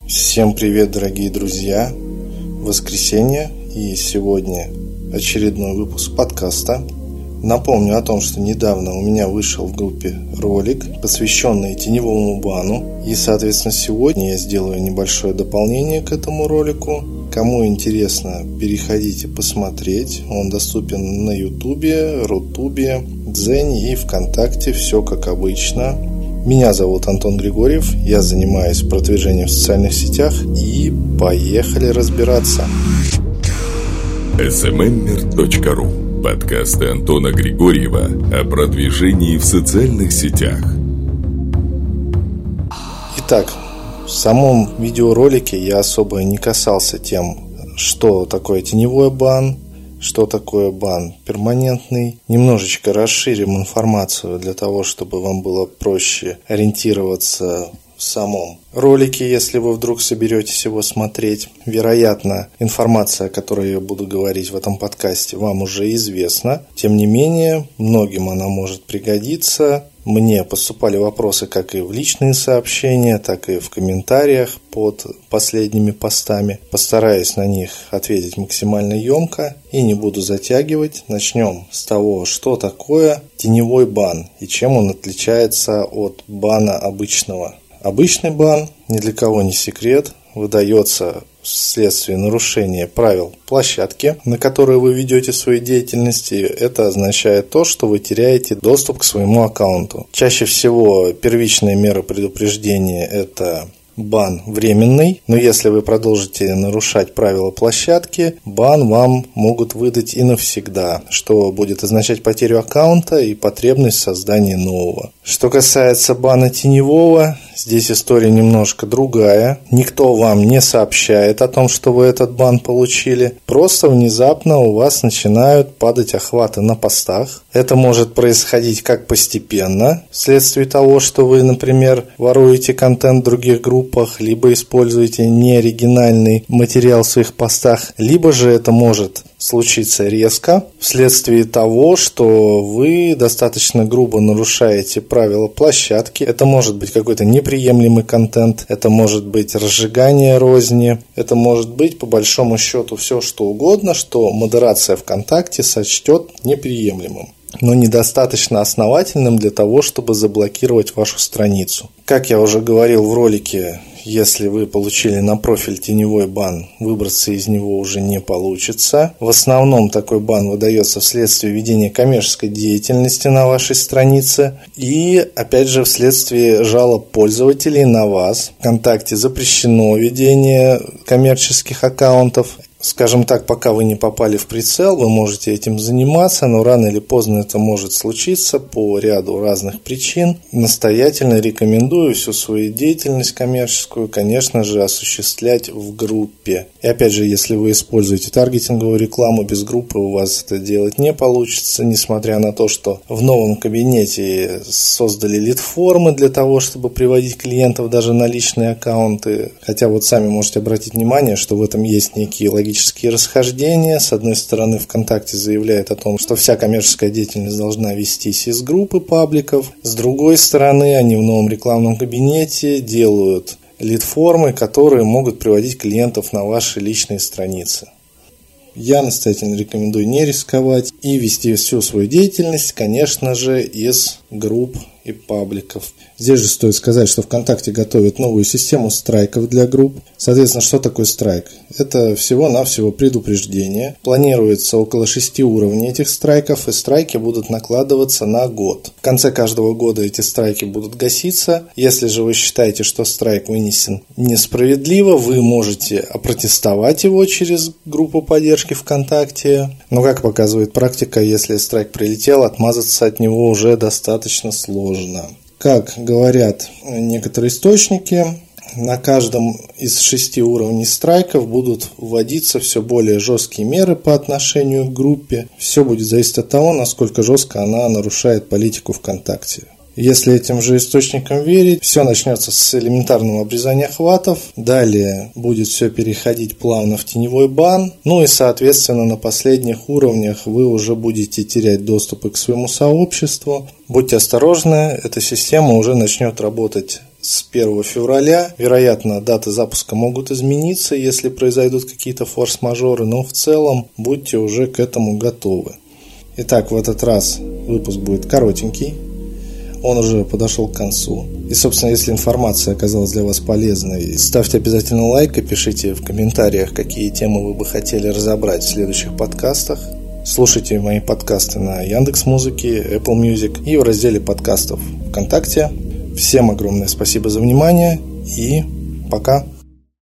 Всем привет, дорогие друзья! Воскресенье, и сегодня очередной выпуск подкаста. Напомню о том, что недавно у меня вышел в группе ролик, посвященный теневому бану. И, соответственно, сегодня я сделаю небольшое дополнение к этому ролику. Кому интересно, переходите посмотреть. Он доступен на Ютубе, Рутубе, Дзене и ВКонтакте. Все как обычно. Меня зовут Антон Григорьев, я занимаюсь продвижением в социальных сетях, и поехали разбираться. smmer.ru. Подкасты Антона Григорьева о продвижении в социальных сетях. Итак, в самом видеоролике я особо не касался тем, что такое теневой бан, что такое бан перманентный. Немножечко расширим информацию для того, чтобы вам было проще ориентироваться в самом ролике, если вы вдруг соберетесь его смотреть. Вероятно, информация, о которой я буду говорить в этом подкасте, вам уже известна. Тем не менее, многим она может пригодиться. Мне поступали вопросы как и в личные сообщения, так и в комментариях под последними постами. Постараюсь на них ответить максимально емко и не буду затягивать. Начнем с того, что такое теневой бан и чем он отличается от бана обычного. Обычный бан, ни для кого не секрет, выдается вследствие нарушения правил площадки, на которой вы ведете свою деятельность. И это означает то, что вы теряете доступ к своему аккаунту. Чаще всего первичная мера предупреждения – это бан временный, но если вы продолжите нарушать правила площадки, бан вам могут выдать и навсегда, что будет означать потерю аккаунта и потребность в создании нового. Что касается бана теневого, здесь история немножко другая. Никто вам не сообщает о том, что вы этот бан получили. Просто внезапно у вас начинают падать охваты на постах. Это может происходить как постепенно, вследствие того, что вы, например, воруете контент в других группах, либо используете неоригинальный материал в своих постах, либо же это может случиться резко, вследствие того, что вы достаточно грубо нарушаете правила площадки. Это может быть какой-то неприемлемый контент, это может быть разжигание розни, это может быть по большому счету все что угодно, что модерация ВКонтакте сочтет неприемлемым, но недостаточно основательным для того, чтобы заблокировать вашу страницу. Как я уже говорил в ролике, если вы получили на профиль теневой бан, выбраться из него уже не получится. В основном такой бан выдается вследствие ведения коммерческой деятельности на вашей странице и, опять же, вследствие жалоб пользователей на вас. ВКонтакте запрещено ведение коммерческих аккаунтов. Скажем так, пока вы не попали в прицел, вы можете этим заниматься, но рано или поздно это может случиться по ряду разных причин. Настоятельно рекомендую всю свою деятельность коммерческую, конечно же, осуществлять в группе. И опять же, если вы используете таргетинговую рекламу, без группы у вас это делать не получится, несмотря на то, что в новом кабинете создали лид-формы для того, чтобы приводить клиентов даже на личные аккаунты. Хотя вот сами можете обратить внимание, что в этом есть некие логические расхождения. С одной стороны, ВКонтакте заявляет о том, что вся коммерческая деятельность должна вестись из группы пабликов. С другой стороны, они в новом рекламном кабинете делают лид-формы, которые могут приводить клиентов на ваши личные страницы. Я настоятельно рекомендую не рисковать и вести всю свою деятельность, конечно же, из групп и пабликов. Здесь же стоит сказать, что ВКонтакте готовит новую систему страйков для групп. Соответственно, что такое страйк? Это всего-навсего предупреждение. Планируется около 6 уровней этих страйков, и страйки будут накладываться на год. В конце каждого года эти страйки будут гаситься. Если же вы считаете, что страйк вынесен несправедливо, вы можете опротестовать его через группу поддержки ВКонтакте. Но, как показывает практика, если страйк прилетел, отмазаться от него уже достаточно сложно. Как говорят некоторые источники, на каждом из 6 уровней страйков будут вводиться все более жесткие меры по отношению к группе. Все будет зависеть от того, насколько жестко она нарушает политику ВКонтакте. Если этим же источникам верить, все начнется с элементарного обрезания охватов, далее будет все переходить плавно в теневой бан, ну и соответственно на последних уровнях вы уже будете терять доступы к своему сообществу. Будьте осторожны, эта система уже начнет работать с 1 февраля. Вероятно, даты запуска могут измениться, если произойдут какие-то форс-мажоры, но в целом будьте уже к этому готовы. Итак, в этот раз выпуск будет коротенький. Он уже подошел к концу. И, собственно, если информация оказалась для вас полезной, ставьте обязательно лайк и пишите в комментариях, какие темы вы бы хотели разобрать в следующих подкастах. Слушайте мои подкасты на Яндекс.Музыке, Apple Music и в разделе подкастов ВКонтакте. Всем огромное спасибо за внимание и пока!